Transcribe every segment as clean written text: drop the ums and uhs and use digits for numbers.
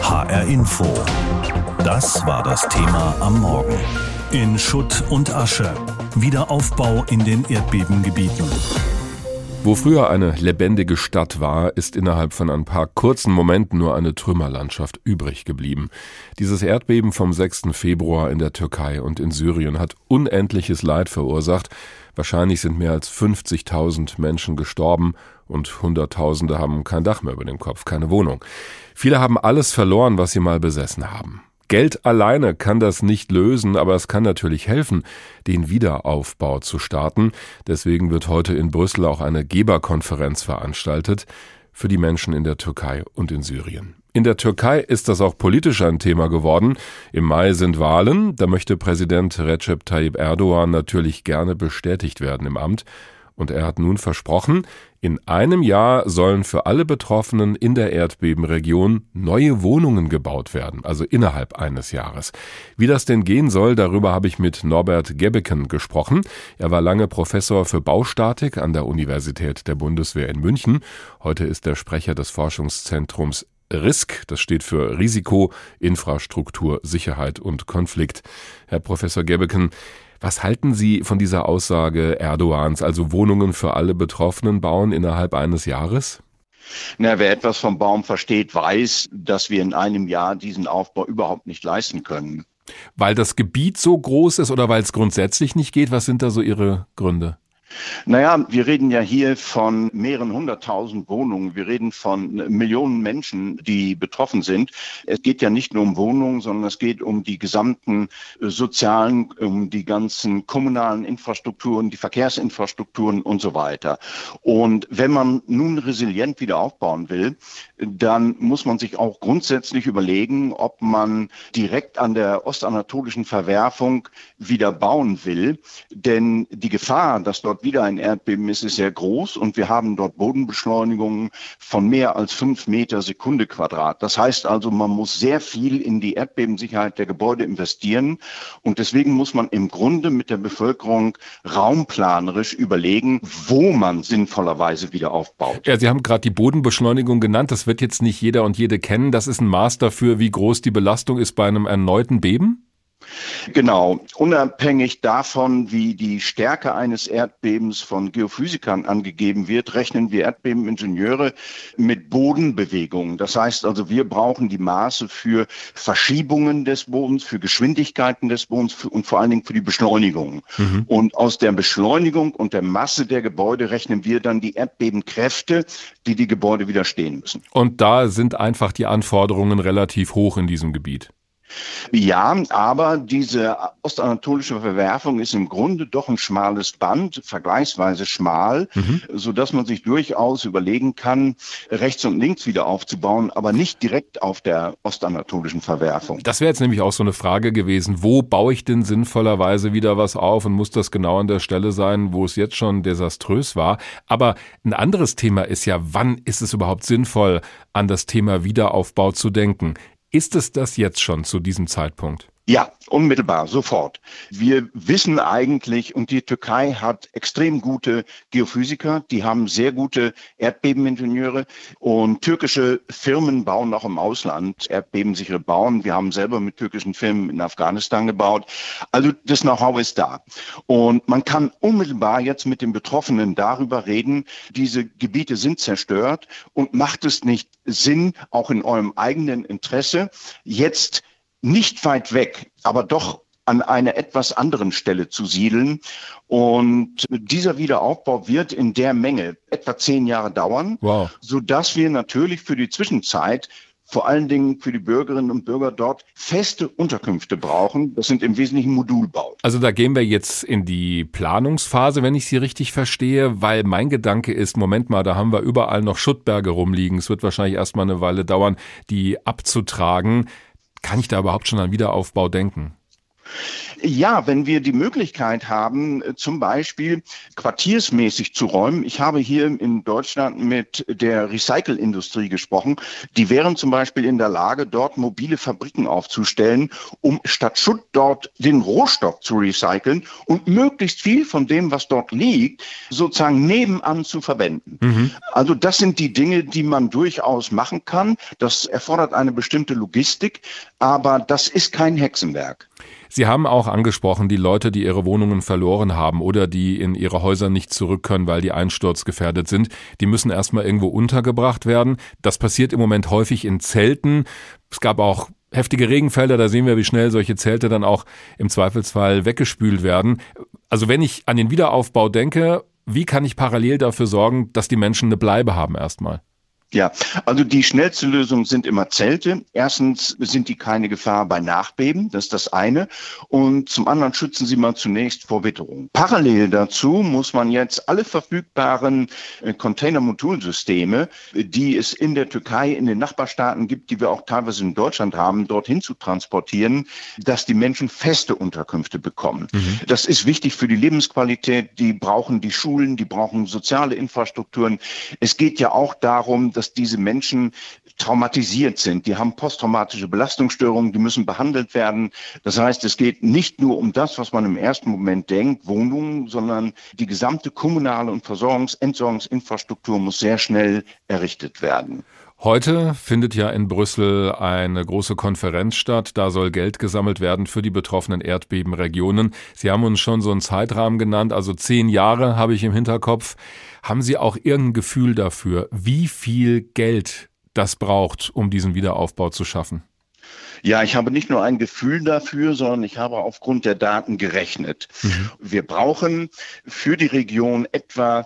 HR Info. Das war das Thema am Morgen. In Schutt und Asche. Wiederaufbau in den Erdbebengebieten. Wo früher eine lebendige Stadt war, ist innerhalb von ein paar kurzen Momenten nur eine Trümmerlandschaft übrig geblieben. Dieses Erdbeben vom 6. Februar in der Türkei und in Syrien hat unendliches Leid verursacht. Wahrscheinlich sind mehr als 50.000 Menschen gestorben und Hunderttausende haben kein Dach mehr über dem Kopf, keine Wohnung. Viele haben alles verloren, was sie mal besessen haben. Geld alleine kann das nicht lösen, aber es kann natürlich helfen, den Wiederaufbau zu starten. Deswegen wird heute in Brüssel auch eine Geberkonferenz veranstaltet für die Menschen in der Türkei und in Syrien. In der Türkei ist das auch politisch ein Thema geworden. Im Mai sind Wahlen. Da möchte Präsident Recep Tayyip Erdogan natürlich gerne bestätigt werden im Amt. Und er hat nun versprochen, in einem Jahr sollen für alle Betroffenen in der Erdbebenregion neue Wohnungen gebaut werden, also innerhalb eines Jahres. Wie das denn gehen soll, darüber habe ich mit Norbert Gebeken gesprochen. Er war lange Professor für Baustatik an der Universität der Bundeswehr in München. Heute ist er Sprecher des Forschungszentrums RISK, das steht für Risiko, Infrastruktur, Sicherheit und Konflikt. Herr Professor Gebeken, was halten Sie von dieser Aussage Erdogans, also Wohnungen für alle Betroffenen bauen innerhalb eines Jahres? Wer etwas vom Baum versteht, weiß, dass wir in einem Jahr diesen Aufbau überhaupt nicht leisten können. Weil das Gebiet so groß ist oder weil es grundsätzlich nicht geht? Was sind da so Ihre Gründe? Wir reden ja hier von mehreren 100.000 Wohnungen. Wir reden von Millionen Menschen, die betroffen sind. Es geht ja nicht nur um Wohnungen, sondern es geht um die gesamten sozialen, um die ganzen kommunalen Infrastrukturen, die Verkehrsinfrastrukturen und so weiter. Und wenn man nun resilient wieder aufbauen will, dann muss man sich auch grundsätzlich überlegen, ob man direkt an der ostanatolischen Verwerfung wieder bauen will. Denn die Gefahr, dass dort wieder ein Erdbeben ist sehr groß und wir haben dort Bodenbeschleunigungen von mehr als 5 Meter Sekunde Quadrat. Das heißt also, man muss sehr viel in die Erdbebensicherheit der Gebäude investieren und deswegen muss man im Grunde mit der Bevölkerung raumplanerisch überlegen, wo man sinnvollerweise wieder aufbaut. Ja, Sie haben gerade die Bodenbeschleunigung genannt. Das wird jetzt nicht jeder und jede kennen. Das ist ein Maß dafür, wie groß die Belastung ist bei einem erneuten Beben? Genau. Unabhängig davon, wie die Stärke eines Erdbebens von Geophysikern angegeben wird, rechnen wir Erdbebeningenieure mit Bodenbewegungen. Das heißt also, wir brauchen die Maße für Verschiebungen des Bodens, für Geschwindigkeiten des Bodens und vor allen Dingen für die Beschleunigung. Und aus der Beschleunigung und der Masse der Gebäude rechnen wir dann die Erdbebenkräfte, die die Gebäude widerstehen müssen. Und da sind einfach die Anforderungen relativ hoch in diesem Gebiet. Ja, aber diese ostanatolische Verwerfung ist im Grunde doch ein schmales Band, vergleichsweise schmal, sodass man sich durchaus überlegen kann, rechts und links wieder aufzubauen, aber nicht direkt auf der ostanatolischen Verwerfung. Das wäre jetzt nämlich auch so eine Frage gewesen, wo baue ich denn sinnvollerweise wieder was auf und muss das genau an der Stelle sein, wo es jetzt schon desaströs war? Aber ein anderes Thema ist ja, wann ist es überhaupt sinnvoll, an das Thema Wiederaufbau zu denken? Ist es das jetzt schon zu diesem Zeitpunkt? Ja, unmittelbar, sofort. Wir wissen eigentlich, und die Türkei hat extrem gute Geophysiker, die haben sehr gute Erdbebeningenieure und türkische Firmen bauen auch im Ausland erdbebensichere Bauen. Wir haben selber mit türkischen Firmen in Afghanistan gebaut. Also das Know-how ist da. Und man kann unmittelbar jetzt mit den Betroffenen darüber reden, diese Gebiete sind zerstört und macht es nicht Sinn, auch in eurem eigenen Interesse, jetzt nicht weit weg, aber doch an einer etwas anderen Stelle zu siedeln. Und dieser Wiederaufbau wird in der Menge etwa 10 Jahre dauern, sodass wir natürlich für die Zwischenzeit vor allen Dingen für die Bürgerinnen und Bürger dort feste Unterkünfte brauchen. Das sind im Wesentlichen Modulbau. Also da gehen wir jetzt in die Planungsphase, wenn ich Sie richtig verstehe, weil mein Gedanke ist, Moment mal, da haben wir überall noch Schuttberge rumliegen. Es wird wahrscheinlich erstmal eine Weile dauern, die abzutragen. Kann ich da überhaupt schon an Wiederaufbau denken? Ja, wenn wir die Möglichkeit haben, zum Beispiel quartiersmäßig zu räumen. Ich habe hier in Deutschland mit der Recycle-Industrie gesprochen. Die wären zum Beispiel in der Lage, dort mobile Fabriken aufzustellen, um statt Schutt dort den Rohstoff zu recyceln und möglichst viel von dem, was dort liegt, sozusagen nebenan zu verwenden. Also das sind die Dinge, die man durchaus machen kann. Das erfordert eine bestimmte Logistik, aber das ist kein Hexenwerk. Sie haben auch angesprochen, die Leute, die ihre Wohnungen verloren haben oder die in ihre Häuser nicht zurück können, weil die einsturzgefährdet sind, die müssen erstmal irgendwo untergebracht werden. Das passiert im Moment häufig in Zelten. Es gab auch heftige Regenfälle, da sehen wir, wie schnell solche Zelte dann auch im Zweifelsfall weggespült werden. Also wenn ich an den Wiederaufbau denke, wie kann ich parallel dafür sorgen, dass die Menschen eine Bleibe haben erstmal? Ja, also die schnellste Lösung sind immer Zelte. Erstens sind die keine Gefahr bei Nachbeben, das ist das eine. Und zum anderen schützen sie mal zunächst vor Witterung. Parallel dazu muss man jetzt alle verfügbaren Container-Modulsysteme, die es in der Türkei, in den Nachbarstaaten gibt, die wir auch teilweise in Deutschland haben, dorthin zu transportieren, dass die Menschen feste Unterkünfte bekommen. Das ist wichtig für die Lebensqualität. Die brauchen die Schulen, die brauchen soziale Infrastrukturen. Es geht ja auch darum, dass diese Menschen traumatisiert sind. Die haben posttraumatische Belastungsstörungen, die müssen behandelt werden. Das heißt, es geht nicht nur um das, was man im ersten Moment denkt, Wohnungen, sondern die gesamte kommunale und Entsorgungsinfrastruktur muss sehr schnell errichtet werden. Heute findet ja in Brüssel eine große Konferenz statt. Da soll Geld gesammelt werden für die betroffenen Erdbebenregionen. Sie haben uns schon so einen Zeitrahmen genannt, also 10 Jahre habe ich im Hinterkopf. Haben Sie auch irgendein Gefühl dafür, wie viel Geld das braucht, um diesen Wiederaufbau zu schaffen? Ja, ich habe nicht nur ein Gefühl dafür, sondern ich habe aufgrund der Daten gerechnet. Wir brauchen für die Region etwa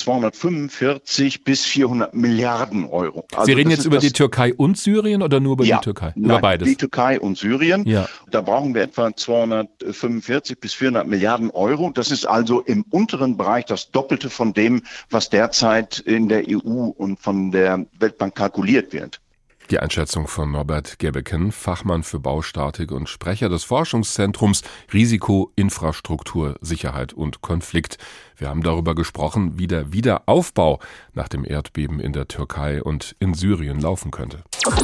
245 bis 400 Milliarden Euro. Also Sie reden jetzt über die Türkei und Syrien oder nur über die Türkei? Über beides? Die Türkei und Syrien. Ja. Da brauchen wir etwa 245 bis 400 Milliarden Euro. Das ist also im unteren Bereich das Doppelte von dem, was derzeit in der EU und von der Weltbank kalkuliert wird. Die Einschätzung von Norbert Gebeken, Fachmann für Baustatik und Sprecher des Forschungszentrums Risiko, Infrastruktur, Sicherheit und Konflikt. Wir haben darüber gesprochen, wie der Wiederaufbau nach dem Erdbeben in der Türkei und in Syrien laufen könnte.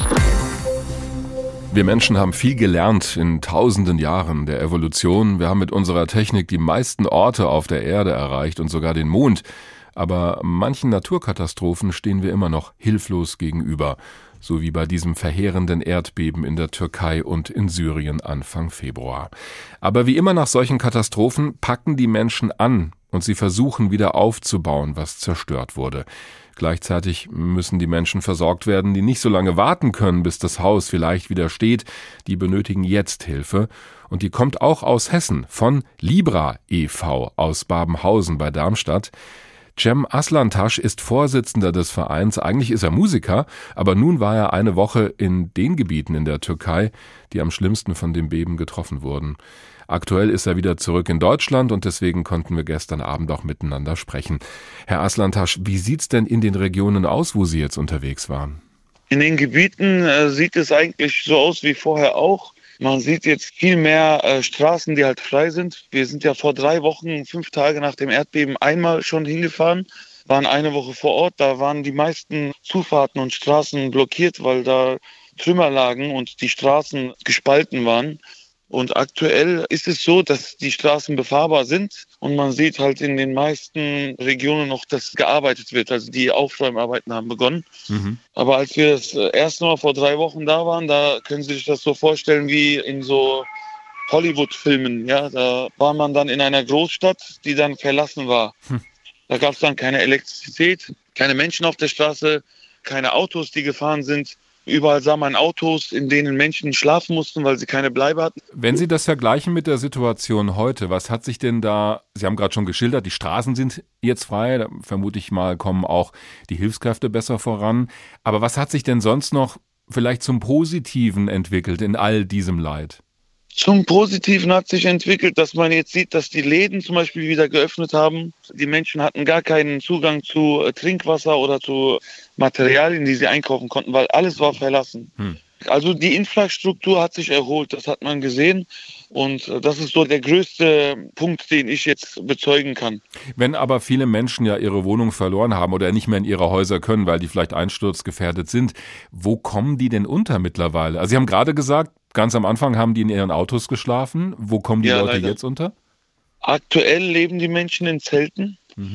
Wir Menschen haben viel gelernt in tausenden Jahren der Evolution. Wir haben mit unserer Technik die meisten Orte auf der Erde erreicht und sogar den Mond. Aber manchen Naturkatastrophen stehen wir immer noch hilflos gegenüber. So wie bei diesem verheerenden Erdbeben in der Türkei und in Syrien Anfang Februar. Aber wie immer nach solchen Katastrophen packen die Menschen an und sie versuchen wieder aufzubauen, was zerstört wurde. Gleichzeitig müssen die Menschen versorgt werden, die nicht so lange warten können, bis das Haus vielleicht wieder steht. Die benötigen jetzt Hilfe. Und die kommt auch aus Hessen, von Libra e.V. aus Babenhausen bei Darmstadt. Cem Aslantaş ist Vorsitzender des Vereins, eigentlich ist er Musiker, aber nun war er eine Woche in den Gebieten in der Türkei, die am schlimmsten von dem Beben getroffen wurden. Aktuell ist er wieder zurück in Deutschland und deswegen konnten wir gestern Abend auch miteinander sprechen. Herr Aslantaş, wie sieht's denn in den Regionen aus, wo Sie jetzt unterwegs waren? In den Gebieten sieht es eigentlich so aus wie vorher auch. Man sieht jetzt viel mehr Straßen, die halt frei sind. Wir sind ja vor 3 Wochen, 5 Tage nach dem Erdbeben einmal schon hingefahren, waren eine Woche vor Ort. Da waren die meisten Zufahrten und Straßen blockiert, weil da Trümmer lagen und die Straßen gespalten waren. Und aktuell ist es so, dass die Straßen befahrbar sind und man sieht halt in den meisten Regionen noch, dass gearbeitet wird. Also die Aufräumarbeiten haben begonnen. Aber als wir das erste Mal vor 3 Wochen da waren, da können Sie sich das so vorstellen wie in so Hollywood-Filmen. Ja, da war man dann in einer Großstadt, die dann verlassen war. Da gab es dann keine Elektrizität, keine Menschen auf der Straße, keine Autos, die gefahren sind. Überall sah man Autos, in denen Menschen schlafen mussten, weil sie keine Bleibe hatten. Wenn Sie das vergleichen mit der Situation heute, was hat sich denn da, Sie haben gerade schon geschildert, die Straßen sind jetzt frei, da vermute ich mal, kommen auch die Hilfskräfte besser voran. Aber was hat sich denn sonst noch vielleicht zum Positiven entwickelt in all diesem Leid? Zum Positiven hat sich entwickelt, dass man jetzt sieht, dass die Läden zum Beispiel wieder geöffnet haben. Die Menschen hatten gar keinen Zugang zu Trinkwasser oder zu Materialien, die sie einkaufen konnten, weil alles war verlassen. Also die Infrastruktur hat sich erholt, das hat man gesehen. Und das ist so der größte Punkt, den ich jetzt bezeugen kann. Wenn aber viele Menschen ja ihre Wohnung verloren haben oder nicht mehr in ihre Häuser können, weil die vielleicht einsturzgefährdet sind, wo kommen die denn unter mittlerweile? Also Sie haben gerade gesagt, ganz am Anfang haben die in ihren Autos geschlafen. Wo kommen die Leute leider jetzt unter? Aktuell leben die Menschen in Zelten.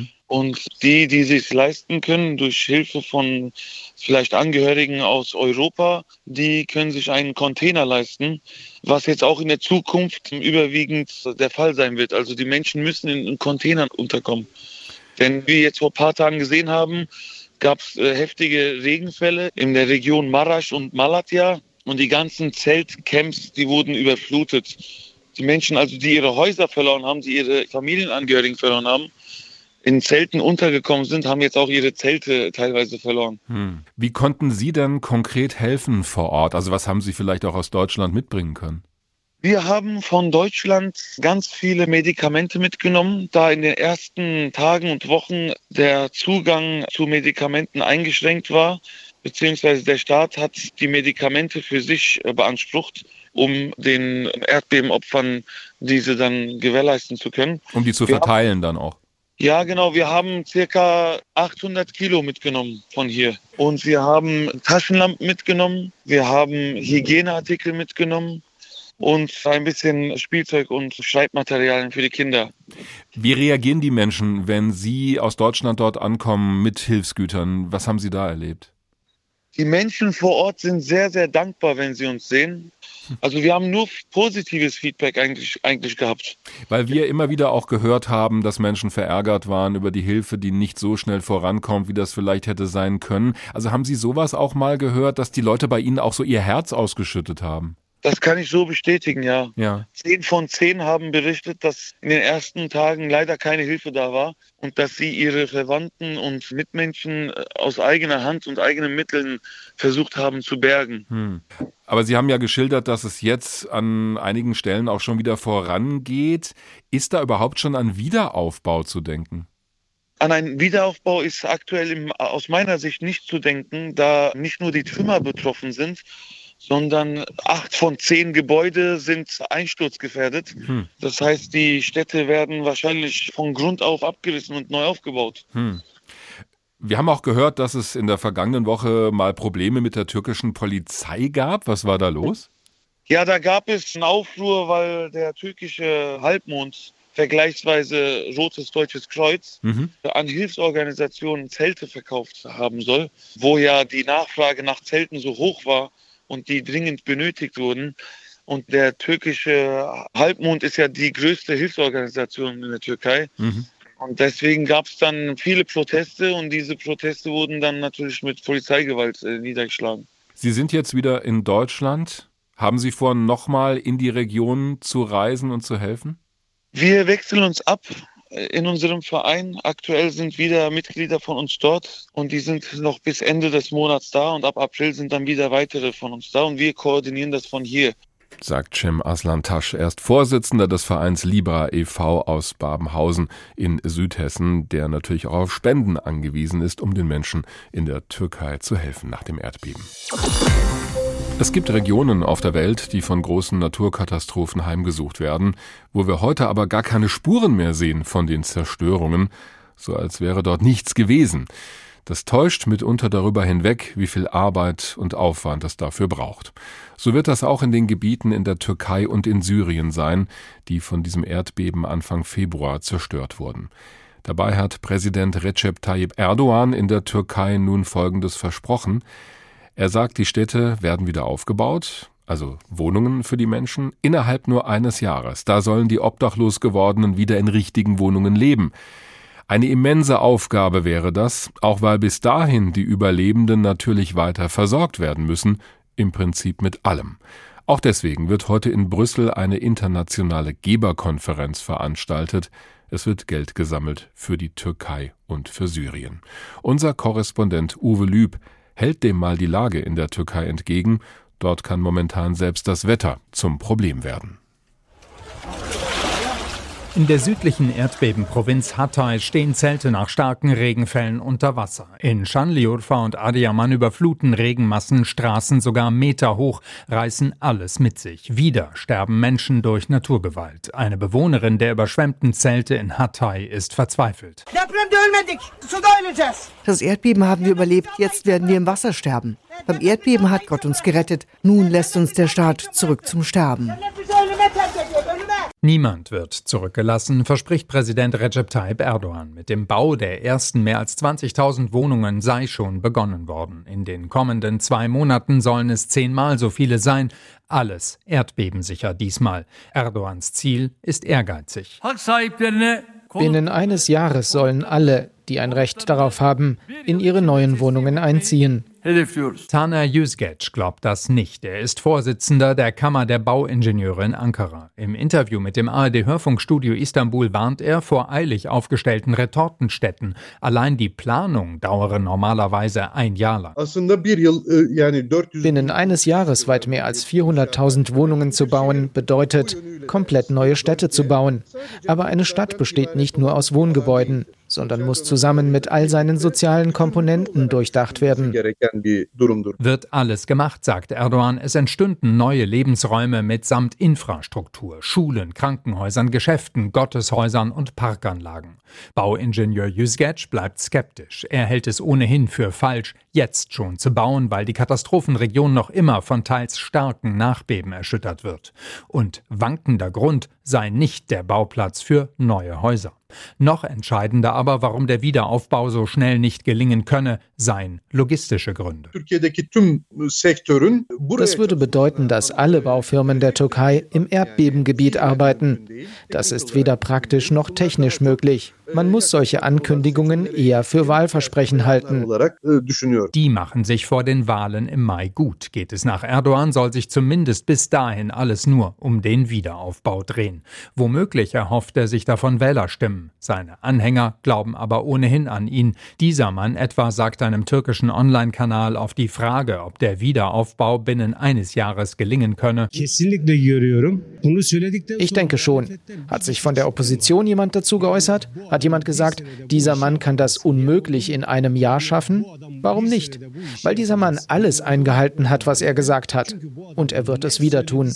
Und die sich leisten können, durch Hilfe von vielleicht Angehörigen aus Europa, die können sich einen Container leisten, was jetzt auch in der Zukunft überwiegend der Fall sein wird. Also die Menschen müssen in Containern unterkommen. Denn wie wir jetzt vor ein paar Tagen gesehen haben, gab es heftige Regenfälle in der Region Maraş und Malatya und die ganzen Zeltcamps, die wurden überflutet. Die Menschen, also die ihre Häuser verloren haben, die ihre Familienangehörigen verloren haben, in Zelten untergekommen sind, haben jetzt auch ihre Zelte teilweise verloren. Wie konnten Sie denn konkret helfen vor Ort? Also was haben Sie vielleicht auch aus Deutschland mitbringen können? Wir haben von Deutschland ganz viele Medikamente mitgenommen, da in den ersten Tagen und Wochen der Zugang zu Medikamenten eingeschränkt war, beziehungsweise der Staat hat die Medikamente für sich beansprucht, um den Erdbebenopfern diese dann gewährleisten zu können. Um die zu verteilen dann auch? Ja, genau. Wir haben circa 800 Kilo mitgenommen von hier. Und wir haben Taschenlampen mitgenommen, wir haben Hygieneartikel mitgenommen und ein bisschen Spielzeug und Schreibmaterialien für die Kinder. Wie reagieren die Menschen, wenn Sie aus Deutschland dort ankommen mit Hilfsgütern? Was haben Sie da erlebt? Die Menschen vor Ort sind sehr, sehr dankbar, wenn sie uns sehen. Also wir haben nur positives Feedback eigentlich gehabt. Weil wir immer wieder auch gehört haben, dass Menschen verärgert waren über die Hilfe, die nicht so schnell vorankommt, wie das vielleicht hätte sein können. Also haben Sie sowas auch mal gehört, dass die Leute bei Ihnen auch so ihr Herz ausgeschüttet haben? Das kann ich so bestätigen, ja. 10 von 10 haben berichtet, dass in den ersten Tagen leider keine Hilfe da war und dass sie ihre Verwandten und Mitmenschen aus eigener Hand und eigenen Mitteln versucht haben zu bergen. Aber Sie haben ja geschildert, dass es jetzt an einigen Stellen auch schon wieder vorangeht. Ist da überhaupt schon an Wiederaufbau zu denken? An einen Wiederaufbau ist aktuell aus meiner Sicht nicht zu denken, da nicht nur die Trümmer betroffen sind, sondern 8 von 10 Gebäude sind einsturzgefährdet. Das heißt, die Städte werden wahrscheinlich von Grund auf abgerissen und neu aufgebaut. Wir haben auch gehört, dass es in der vergangenen Woche mal Probleme mit der türkischen Polizei gab. Was war da los? Ja, da gab es einen Aufruhr, weil der türkische Halbmond, vergleichsweise Rotes Deutsches Kreuz, an Hilfsorganisationen Zelte verkauft haben soll, wo ja die Nachfrage nach Zelten so hoch war und die dringend benötigt wurden. Und der türkische Halbmond ist ja die größte Hilfsorganisation in der Türkei. Und deswegen gab es dann viele Proteste und diese Proteste wurden dann natürlich mit Polizeigewalt niedergeschlagen. Sie sind jetzt wieder in Deutschland. Haben Sie vor, nochmal in die Region zu reisen und zu helfen? Wir wechseln uns ab in unserem Verein. Aktuell sind wieder Mitglieder von uns dort und die sind noch bis Ende des Monats da und ab April sind dann wieder weitere von uns da und wir koordinieren das von hier. Sagt Cem Aslantaş. Er ist Vorsitzender des Vereins Libra e.V. aus Babenhausen in Südhessen, der natürlich auch auf Spenden angewiesen ist, um den Menschen in der Türkei zu helfen nach dem Erdbeben. Es gibt Regionen auf der Welt, die von großen Naturkatastrophen heimgesucht werden, wo wir heute aber gar keine Spuren mehr sehen von den Zerstörungen, so als wäre dort nichts gewesen. Das täuscht mitunter darüber hinweg, wie viel Arbeit und Aufwand es dafür braucht. So wird das auch in den Gebieten in der Türkei und in Syrien sein, die von diesem Erdbeben Anfang Februar zerstört wurden. Dabei hat Präsident Recep Tayyip Erdogan in der Türkei nun Folgendes versprochen. Er sagt, die Städte werden wieder aufgebaut, also Wohnungen für die Menschen, innerhalb nur eines Jahres. Da sollen die obdachlos gewordenen wieder in richtigen Wohnungen leben. Eine immense Aufgabe wäre das, auch weil bis dahin die Überlebenden natürlich weiter versorgt werden müssen, im Prinzip mit allem. Auch deswegen wird heute in Brüssel eine internationale Geberkonferenz veranstaltet. Es wird Geld gesammelt für die Türkei und für Syrien. Unser Korrespondent Uwe Lüb hält dem mal die Lage in der Türkei entgegen. Dort kann momentan selbst das Wetter zum Problem werden. In der südlichen Erdbebenprovinz Hatay stehen Zelte nach starken Regenfällen unter Wasser. In Şanlıurfa und Adıyaman überfluten Regenmassen Straßen sogar Meter hoch, reißen alles mit sich. Wieder sterben Menschen durch Naturgewalt. Eine Bewohnerin der überschwemmten Zelte in Hatay ist verzweifelt. Das Erdbeben haben wir überlebt, jetzt werden wir im Wasser sterben. Beim Erdbeben hat Gott uns gerettet, nun lässt uns der Staat zurück zum Sterben. Niemand wird zurückgelassen, verspricht Präsident Recep Tayyip Erdogan. Mit dem Bau der ersten mehr als 20.000 Wohnungen sei schon begonnen worden. In den kommenden 2 Monaten sollen es 10-mal so viele sein. Alles erdbebensicher diesmal. Erdogans Ziel ist ehrgeizig. Binnen eines Jahres sollen alle, die ein Recht darauf haben, in ihre neuen Wohnungen einziehen. Taner Yüzgeç glaubt das nicht. Er ist Vorsitzender der Kammer der Bauingenieure in Ankara. Im Interview mit dem ARD-Hörfunkstudio Istanbul warnt er vor eilig aufgestellten Retortenstädten. Allein die Planung dauere normalerweise 1 Jahr lang. Binnen eines Jahres weit mehr als 400.000 Wohnungen zu bauen, bedeutet, komplett neue Städte zu bauen. Aber eine Stadt besteht nicht nur aus Wohngebäuden, sondern muss zusammen mit all seinen sozialen Komponenten durchdacht werden. Wird alles gemacht, sagt Erdogan. Es entstünden neue Lebensräume mitsamt Infrastruktur, Schulen, Krankenhäusern, Geschäften, Gotteshäusern und Parkanlagen. Bauingenieur Yüzgeç bleibt skeptisch. Er hält es ohnehin für falsch, jetzt schon zu bauen, weil die Katastrophenregion noch immer von teils starken Nachbeben erschüttert wird. Und wankender Grund sei nicht der Bauplatz für neue Häuser. Noch entscheidender aber, warum der Wiederaufbau so schnell nicht gelingen könne, seien logistische Gründe. Das würde bedeuten, dass alle Baufirmen der Türkei im Erdbebengebiet arbeiten. Das ist weder praktisch noch technisch möglich. Man muss solche Ankündigungen eher für Wahlversprechen halten. Die machen sich vor den Wahlen im Mai gut. Geht es nach Erdogan, soll sich zumindest bis dahin alles nur um den Wiederaufbau drehen. Womöglich erhofft er sich davon Wählerstimmen. Seine Anhänger glauben aber ohnehin an ihn. Dieser Mann etwa sagt einem türkischen Online-Kanal auf die Frage, ob der Wiederaufbau binnen eines Jahres gelingen könne: Ich denke schon. Hat sich von der Opposition jemand dazu geäußert? Hat jemand gesagt, dieser Mann kann das unmöglich in einem Jahr schaffen? Warum nicht? Weil dieser Mann alles eingehalten hat, was er gesagt hat. Und er wird es wieder tun.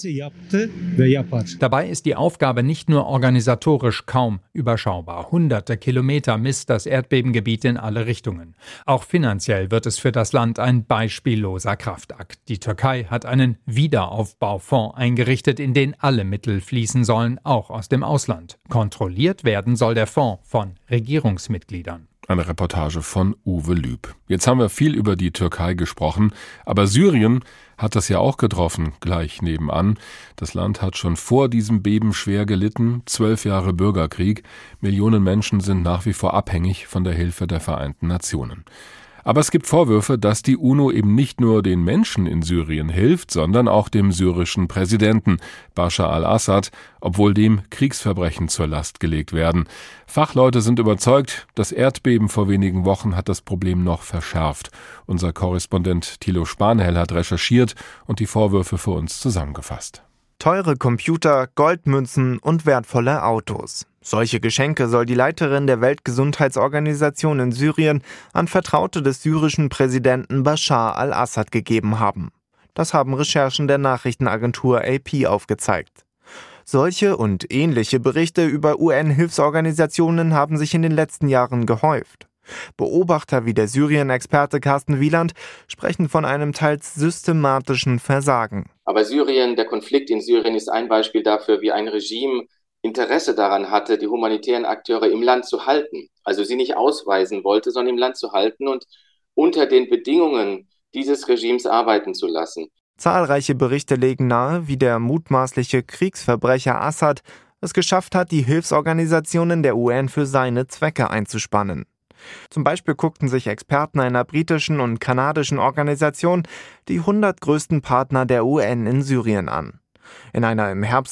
Dabei ist die Aufgabe nicht nur organisatorisch kaum überschaubar. Hunderte Kilometer misst das Erdbebengebiet in alle Richtungen. Auch finanziell wird es für das Land ein beispielloser Kraftakt. Die Türkei hat einen Wiederaufbaufonds eingerichtet, in den alle Mittel fließen sollen, auch aus dem Ausland. Kontrolliert werden soll der Fonds von Regierungsmitgliedern. Eine Reportage von Uwe Lüb. Jetzt haben wir viel über die Türkei gesprochen, aber Syrien hat das ja auch getroffen, gleich nebenan. Das Land hat schon vor diesem Beben schwer gelitten, 12 Jahre Bürgerkrieg. Millionen Menschen sind nach wie vor abhängig von der Hilfe der Vereinten Nationen. Aber es gibt Vorwürfe, dass die UNO eben nicht nur den Menschen in Syrien hilft, sondern auch dem syrischen Präsidenten Bashar al-Assad, obwohl dem Kriegsverbrechen zur Last gelegt werden. Fachleute sind überzeugt, das Erdbeben vor wenigen Wochen hat das Problem noch verschärft. Unser Korrespondent Thilo Spanhell hat recherchiert und die Vorwürfe für uns zusammengefasst. Teure Computer, Goldmünzen und wertvolle Autos. Solche Geschenke soll die Leiterin der Weltgesundheitsorganisation in Syrien an Vertraute des syrischen Präsidenten Bashar al-Assad gegeben haben. Das haben Recherchen der Nachrichtenagentur AP aufgezeigt. Solche und ähnliche Berichte über UN-Hilfsorganisationen haben sich in den letzten Jahren gehäuft. Beobachter wie der Syrien-Experte Carsten Wieland sprechen von einem teils systematischen Versagen. Aber Syrien, der Konflikt in Syrien ist ein Beispiel dafür, wie ein Regime Interesse daran hatte, die humanitären Akteure im Land zu halten. Also sie nicht ausweisen wollte, sondern im Land zu halten und unter den Bedingungen dieses Regimes arbeiten zu lassen. Zahlreiche Berichte legen nahe, wie der mutmaßliche Kriegsverbrecher Assad es geschafft hat, die Hilfsorganisationen der UN für seine Zwecke einzuspannen. Zum Beispiel guckten sich Experten einer britischen und kanadischen Organisation die 100 größten Partner der UN in Syrien an. In einer im Herbst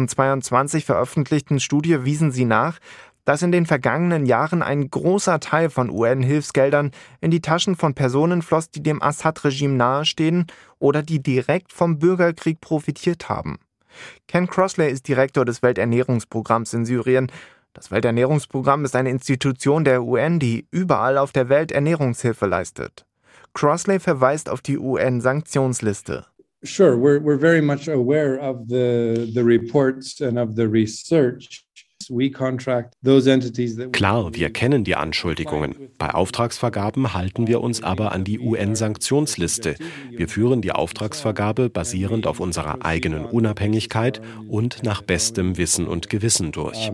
2022 veröffentlichten Studie wiesen sie nach, dass in den vergangenen Jahren ein großer Teil von UN-Hilfsgeldern in die Taschen von Personen floss, die dem Assad-Regime nahestehen oder die direkt vom Bürgerkrieg profitiert haben. Ken Crossley ist Direktor des Welternährungsprogramms in Syrien. Das Welternährungsprogramm ist eine Institution der UN, die überall auf der Welt Ernährungshilfe leistet. Crossley verweist auf die UN-Sanktionsliste. Sure, we're very much aware of the reports and of the research. Klar, wir kennen die Anschuldigungen. Bei Auftragsvergaben halten wir uns aber an die UN-Sanktionsliste. Wir führen die Auftragsvergabe basierend auf unserer eigenen Unabhängigkeit und nach bestem Wissen und Gewissen durch.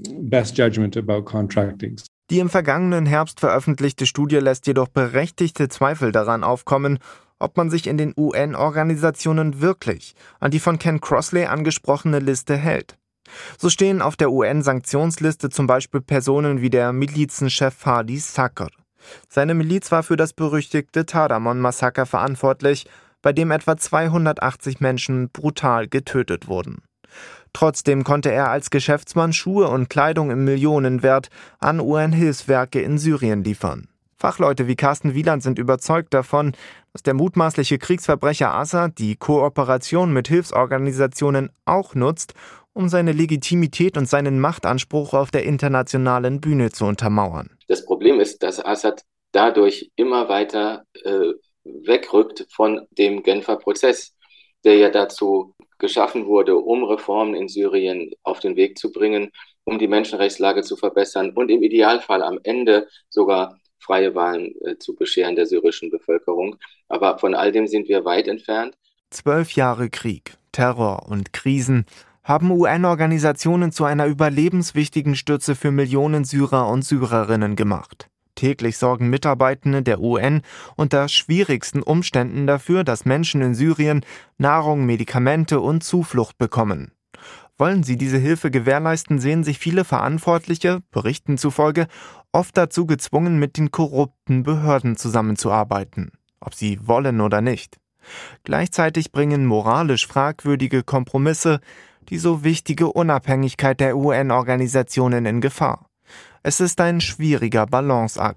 Die im vergangenen Herbst veröffentlichte Studie lässt jedoch berechtigte Zweifel daran aufkommen, ob man sich in den UN-Organisationen wirklich an die von Ken Crossley angesprochene Liste hält. So stehen auf der UN-Sanktionsliste zum Beispiel Personen wie der Milizenchef Fadi Sakr. Seine Miliz war für das berüchtigte Tadamon-Massaker verantwortlich, bei dem etwa 280 Menschen brutal getötet wurden. Trotzdem konnte er als Geschäftsmann Schuhe und Kleidung im Millionenwert an UN-Hilfswerke in Syrien liefern. Fachleute wie Carsten Wieland sind überzeugt davon, dass der mutmaßliche Kriegsverbrecher Assad die Kooperation mit Hilfsorganisationen auch nutzt, um seine Legitimität und seinen Machtanspruch auf der internationalen Bühne zu untermauern. Das Problem ist, dass Assad dadurch immer weiter wegrückt von dem Genfer Prozess, der ja dazu geschaffen wurde, um Reformen in Syrien auf den Weg zu bringen, um die Menschenrechtslage zu verbessern und im Idealfall am Ende sogar freie Wahlen zu bescheren der syrischen Bevölkerung. Aber von all dem sind wir weit entfernt. 12 Jahre Krieg, Terror und Krisen haben UN-Organisationen zu einer überlebenswichtigen Stütze für Millionen Syrer und Syrerinnen gemacht. Täglich sorgen Mitarbeitende der UN unter schwierigsten Umständen dafür, dass Menschen in Syrien Nahrung, Medikamente und Zuflucht bekommen. Wollen sie diese Hilfe gewährleisten, sehen sich viele Verantwortliche, Berichten zufolge, oft dazu gezwungen, mit den korrupten Behörden zusammenzuarbeiten, ob sie wollen oder nicht. Gleichzeitig bringen moralisch fragwürdige Kompromisse die so wichtige Unabhängigkeit der UN-Organisationen in Gefahr. Es ist ein schwieriger Balanceakt.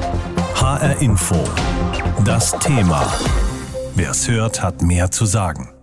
HR Info. Das Thema. Wer es hört, hat mehr zu sagen.